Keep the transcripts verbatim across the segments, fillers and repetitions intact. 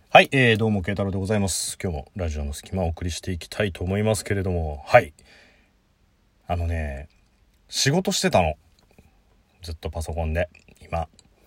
はい、えー、どうも慶太郎でございます。今日もラジオの隙間をお送りしていきたいと思いますけれども、はい、あのね仕事してたの、ずっとパソコンで今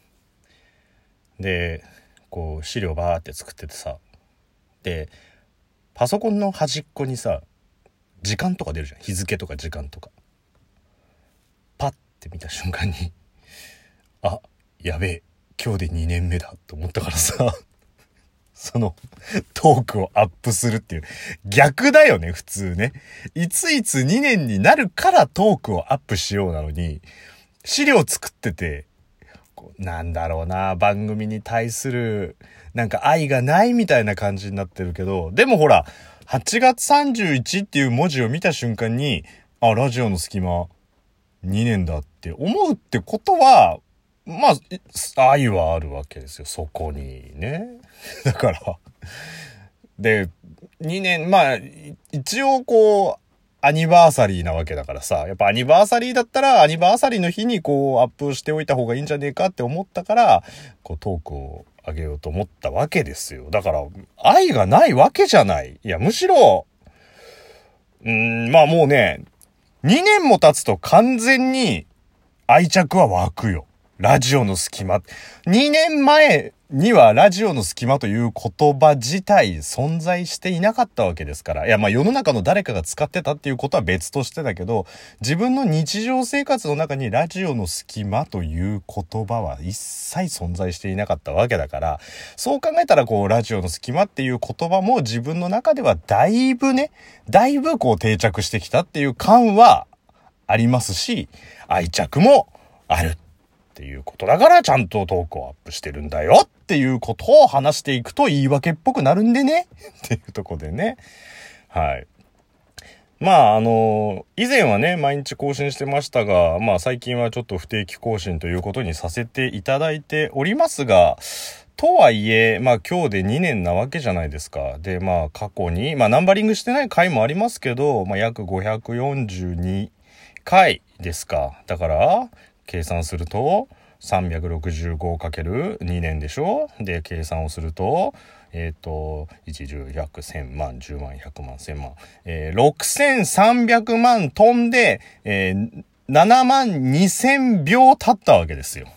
で、こう資料バーって作っててさ、でパソコンの端っこにさ時間とか出るじゃん、日付とか時間とか。パッて見た瞬間にあ、やべえ、今日でにねんめだと思ったからさそのトークをアップするっていう、逆だよね普通ね。いついつにねんになるからトークをアップしようなのに、資料作ってて、こうなんだろうな、番組に対するなんか愛がないみたいな感じになってるけど、でもほらはちがつさんじゅういちっていう文字を見た瞬間に、あ、ラジオの隙間にねんだって思うってことは、まあ愛はあるわけですよ、そこにね。だからでにねん、まあ一応こうアニバーサリーなわけだからさ、やっぱアニバーサリーだったらアニバーサリーの日にこうアップしておいた方がいいんじゃねえかって思ったから、こうトークを上げようと思ったわけですよ。だから愛がないわけじゃない。いやむしろうーんまあもうね、にねんも経つと完全に愛着は湧くよ。ラジオの隙間。にねんまえにはラジオの隙間という言葉自体存在していなかったわけですから。いや、まあ世の中の誰かが使ってたっていうことは別としてだけど、自分の日常生活の中にラジオの隙間という言葉は一切存在していなかったわけだから、そう考えたらこうラジオの隙間っていう言葉も自分の中ではだいぶね、だいぶこう定着してきたっていう感はありますし、愛着もあるっていうことだから、ちゃんとトークをアップしてるんだよっていうことを話していくと言い訳っぽくなるんでねっていうとこでね。はい。まああの以前はね毎日更新してましたが、まあ最近はちょっと不定期更新ということにさせていただいておりますが、とはいえまあ今日でにねんなわけじゃないですか。でまあ過去にまあナンバリングしてない回もありますけど、まあ約ごひゃくよんじゅうにかいですか。だから計算すると さんびゃくろくじゅうごかけるに 年でしょ。で計算をするとえっ、ー、といち、じゅう、ひゃく、せんまん、じゅうまん、ひゃくまん、せんまん、えー、ろくせんさんびゃくまん飛んで、えー、ななまんにせんびょう経ったわけですよ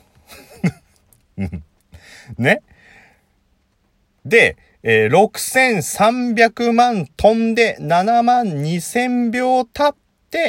ね。で、えー、ろくせんさんびゃくまん飛んでななまんにせんびょう経って、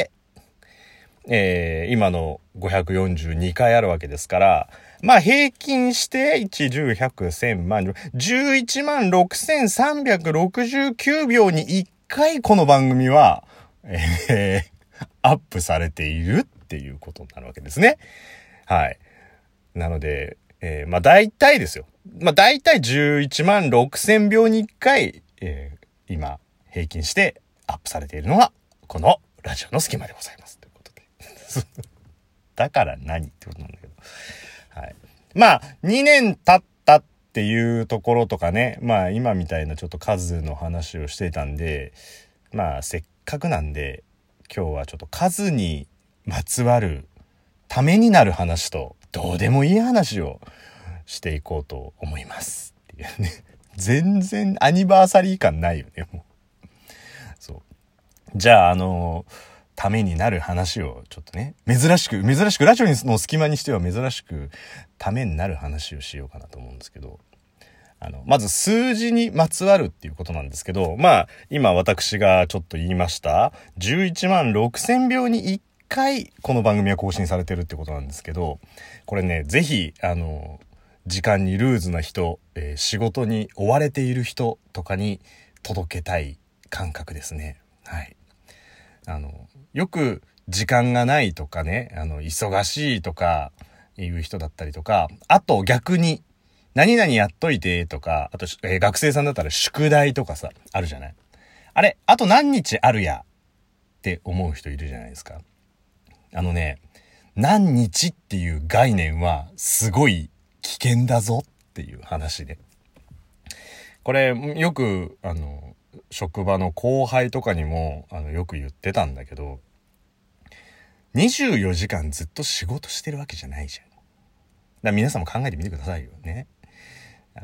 えー、今のごひゃくよんじゅうにかいあるわけですから、まあ平均していち、じゅう、ひゃく、せんまん、じゅういちまんろくせんさんびゃくろくじゅうきゅうびょうにいっかいこの番組は、えー、アップされているっていうことになるわけですね。はい。なので、えー、まあ大体ですよ。まあ大体じゅういちまんろくせんびょうにいっかい、えー、今平均してアップされているのがこのラジオの隙間でございます。ということで。だから何ってことなんだけど。はい。まあ、にねん経ったっていうところとかね、まあ今みたいなちょっと数の話をしていたんで、まあせっかくなんで、今日はちょっと数にまつわるためになる話と、どうでもいい話をしていこうと思いますっていうね。全然アニバーサリー感ないよね、もう。そう。じゃあ、あのー、ためになる話をちょっとね、珍しく、珍しく、ラジオの隙間にしては珍しく、ためになる話をしようかなと思うんですけど、あの、まず数字にまつわるっていうことなんですけど、まあ、今私がちょっと言いました、じゅういちまんろくせんびょうにいっかいこの番組は更新されてるってことなんですけど、これね、ぜひ、あの、時間にルーズな人、えー、仕事に追われている人とかに届けたい感覚ですね。はい。あの、よく時間がないとかね、あの、忙しいとかいう人だったりとか、あと逆に、何々やっといてとか、あと、えー、学生さんだったら宿題とかさ、あるじゃない。あれ、あと何日あるやって思う人いるじゃないですか。あのね、何日っていう概念はすごい危険だぞっていう話で。これ、よく、あの、職場の後輩とかにも、あの、よく言ってたんだけど、にじゅうよじかんずっと仕事してるわけじゃないじゃん。だから皆さんも考えてみてくださいよね。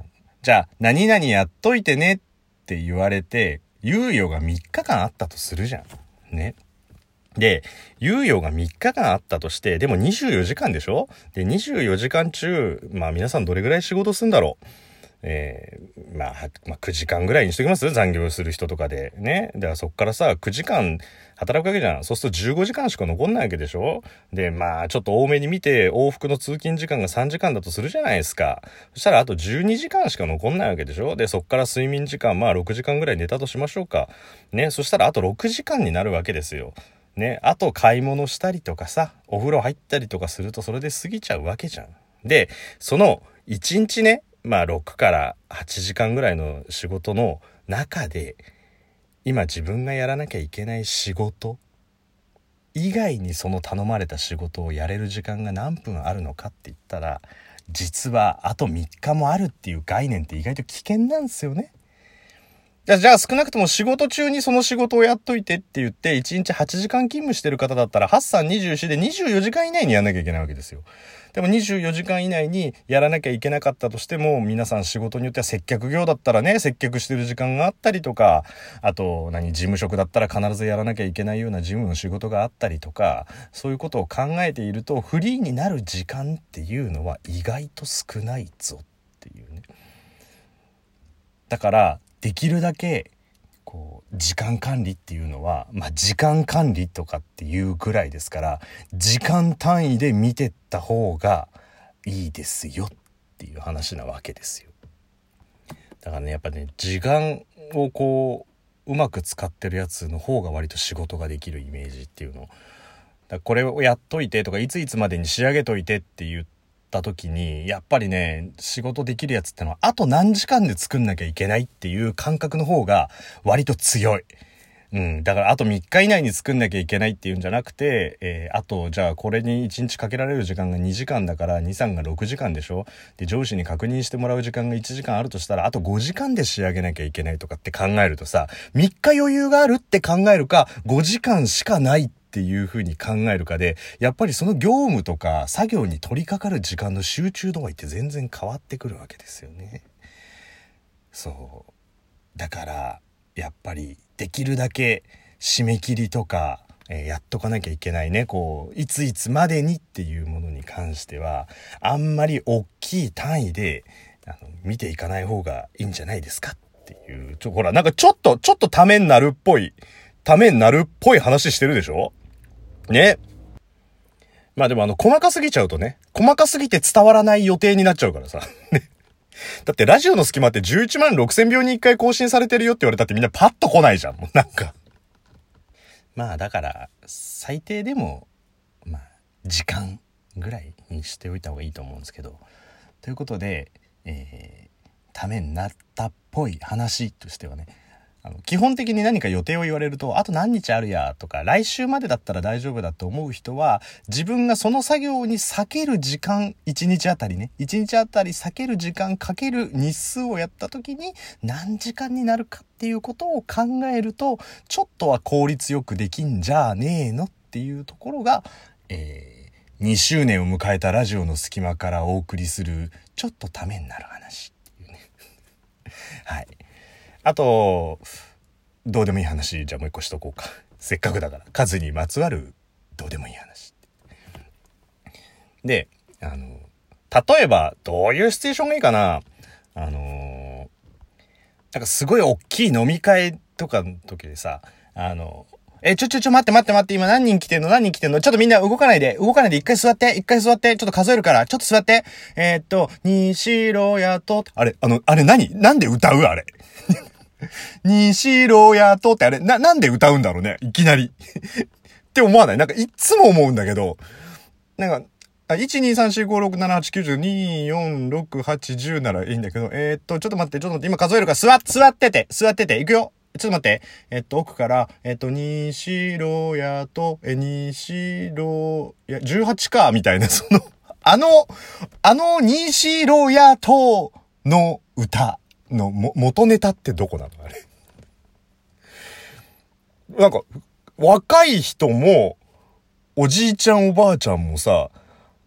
じゃあ、何々やっといてねって言われて、猶予がみっかかんあったとするじゃん。ね。で、猶予がみっかかんあったとして、でもにじゅうよじかんでしょ？で、にじゅうよじかん中、まあ皆さんどれぐらい仕事するんだろう？えー、まあ、まあ、くじかんぐらいにしときます？残業する人とかで。ね。だからそっからさ、くじかん働くわけじゃん。そうするとじゅうごじかんしか残んないわけでしょ？で、まあ、ちょっと多めに見て、往復の通勤時間がさんじかんだとするじゃないですか。そしたらあとじゅうにじかんしか残んないわけでしょ？で、そっから睡眠時間、まあろくじかんぐらい寝たとしましょうか。ね。そしたらあとろくじかんになるわけですよ。ね。あと買い物したりとかさ、お風呂入ったりとかするとそれで過ぎちゃうわけじゃん。で、そのいちにちね、まあろくからはちじかんぐらいの仕事の中で、今自分がやらなきゃいけない仕事以外にその頼まれた仕事をやれる時間が何分あるのかって言ったら、実はあとみっかもあるっていう概念って意外と危険なんですよね。じゃあ少なくとも仕事中にその仕事をやっといてって言っていちにちはちじかん勤務してる方だったらはちさんにじゅうよんでにじゅうよじかん以内にやんなきゃいけないわけですよ。でもにじゅうよじかん以内にやらなきゃいけなかったとしても、皆さん仕事によっては接客業だったらね、接客してる時間があったりとか、あと何事務職だったら必ずやらなきゃいけないような事務の仕事があったりとか、そういうことを考えているとフリーになる時間っていうのは意外と少ないぞっていうね。だからできるだけこう時間管理っていうのは、まあ時間管理とかっていうぐらいですから、時間単位で見てった方がいいですよっていう話なわけですよ。だからね、やっぱね、時間をこううまく使ってるやつの方が割と仕事ができるイメージっていうの。だからこれをやっといてとか、いついつまでに仕上げといてって言った時に、やっぱりね、仕事できるやつってのはあと何時間で作んなきゃいけないっていう感覚の方が割と強い。うん、だからあとみっか以内に作んなきゃいけないっていうんじゃなくて、えー、あとじゃあこれにいちにちかけられる時間がにじかんだからに、さんがろくじかんでしょ。で上司に確認してもらう時間がいちじかんあるとしたら、あとごじかんで仕上げなきゃいけないとかって考えるとさ、みっか余裕があるって考えるか、ごじかんしかないっていう風に考えるかで、やっぱりその業務とか作業に取り掛かる時間の集中度合いって全然変わってくるわけですよね。そうだからやっぱりできるだけ締め切りとか、えー、やっとかなきゃいけないね、こういついつまでにっていうものに関してはあんまり大きい単位であの見ていかない方がいいんじゃないですかっていう、ちょほらなんかちょっとちょっとためになるっぽいためになるっぽい話してるでしょね。まあでもあの細かすぎちゃうとね、細かすぎて伝わらない予定になっちゃうからさね。だってラジオの隙間ってじゅういちまんろくせんびょうにいっかい更新されてるよって言われたってみんなパッと来ないじゃん。もうなんか。まあだから最低でもまあ時間ぐらいにしておいた方がいいと思うんですけど。ということで、えー、ためになったっぽい話としてはね、あの基本的に何か予定を言われると、あと何日あるやとか来週までだったら大丈夫だと思う人は、自分がその作業に割ける時間、いちにちあたりね、いちにちあたり割ける時間かける日数をやった時に何時間になるかっていうことを考えると、ちょっとは効率よくできんじゃねえのっていうところが、えー、にしゅうねんを迎えたラジオの隙間からお送りするちょっとためになる話っていうねはい。あとどうでもいい話、じゃあもう一個しとこうか。せっかくだから数にまつわるどうでもいい話で、あの例えばどういうシチュエーションがいいかな。あのなんかすごい大きい飲み会とかの時でさ、あのえちょちょちょ待って待って待って、今何人来てんの何人来てんの、ちょっとみんな動かないで動かないで、一回座って一回座って、ちょっと数えるからちょっと座って、えー、っと西郎やと、あれあのあれ何なんで歌うあれ西郎やとってあれななんで歌うんだろうね、いきなりって思わない？なんかいつも思うんだけど、なんかいちにさんしごろくななはちきゅうじゅうによんろくはちじゅうならいいんだけど、えー、っとちょっと待ってちょっと待って、今数えるから座座ってて座ってていくよ。ちょっと待って。えっと、奥から、えっと、西郎やと、え、西郎や、じゅうはちか、みたいな、その、あの、あの、西郎やとの歌のも元ネタってどこなのあれ。なんか、若い人も、おじいちゃんおばあちゃんもさ、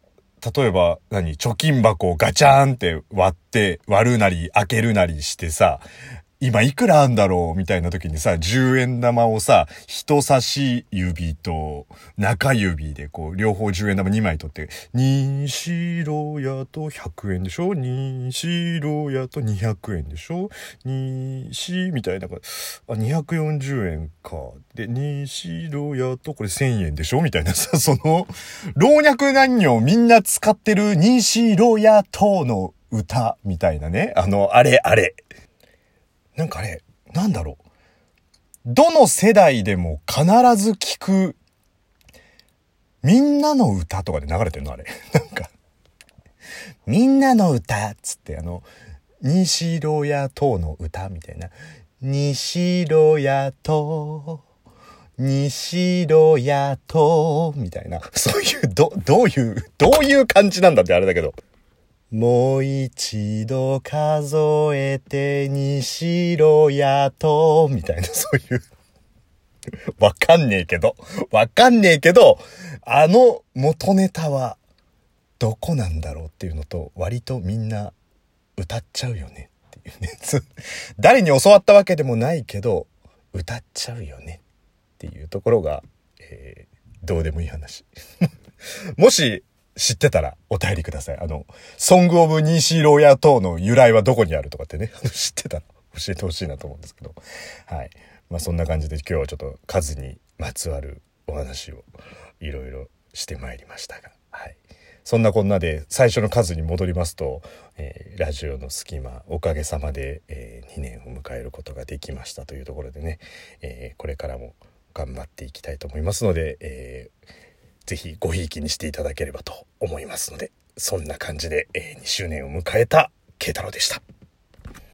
例えば、何、貯金箱をガチャーンって割って、割るなり開けるなりしてさ、今いくらあんだろうみたいな時にさ、じゅうえん玉をさ、人差し指と中指でこう、両方じゅうえん玉にまい取って、にしろやとひゃくえんでしょ、にしろやとにひゃくえんでしょ、にしみたいな、あ、にひゃくよんじゅうえんか。で、にしろやとこれせんえんでしょみたいなさ、その、老若男女みんな使ってるにしろやとの歌みたいなね。あの、あれあれ。なんかあれ、なんだろう。どの世代でも必ず聞く、みんなの歌とかで流れてるのあれ。なんか、みんなの歌っつって、あの、西郎やとの歌みたいな。西郎やと、西郎やと、みたいな。そういう、ど、どういう、どういう感じなんだってあれだけど。もう一度数えてにしろやと、みたいな、そういう。わかんねえけど、わかんねえけど、あの元ネタはどこなんだろうっていうのと、割とみんな歌っちゃうよねっていうね。誰に教わったわけでもないけど、歌っちゃうよねっていうところが、えー、どうでもいい話。もし、知ってたらお便りください。あの、ソングオブニーシーローヤー等の由来はどこにあるとかってね、知ってたら教えてほしいなと思うんですけど。はい。まあそんな感じで今日はちょっと数にまつわるお話をいろいろしてまいりましたが。はい。そんなこんなで最初の数に戻りますと、えー、ラジオの隙間、おかげさまで、えー、にねんを迎えることができましたというところでね、えー、これからも頑張っていきたいと思いますので、えーぜひごひいきにしていただければと思いますので、そんな感じで、えー、にしゅうねんを迎えた慶太郎でした。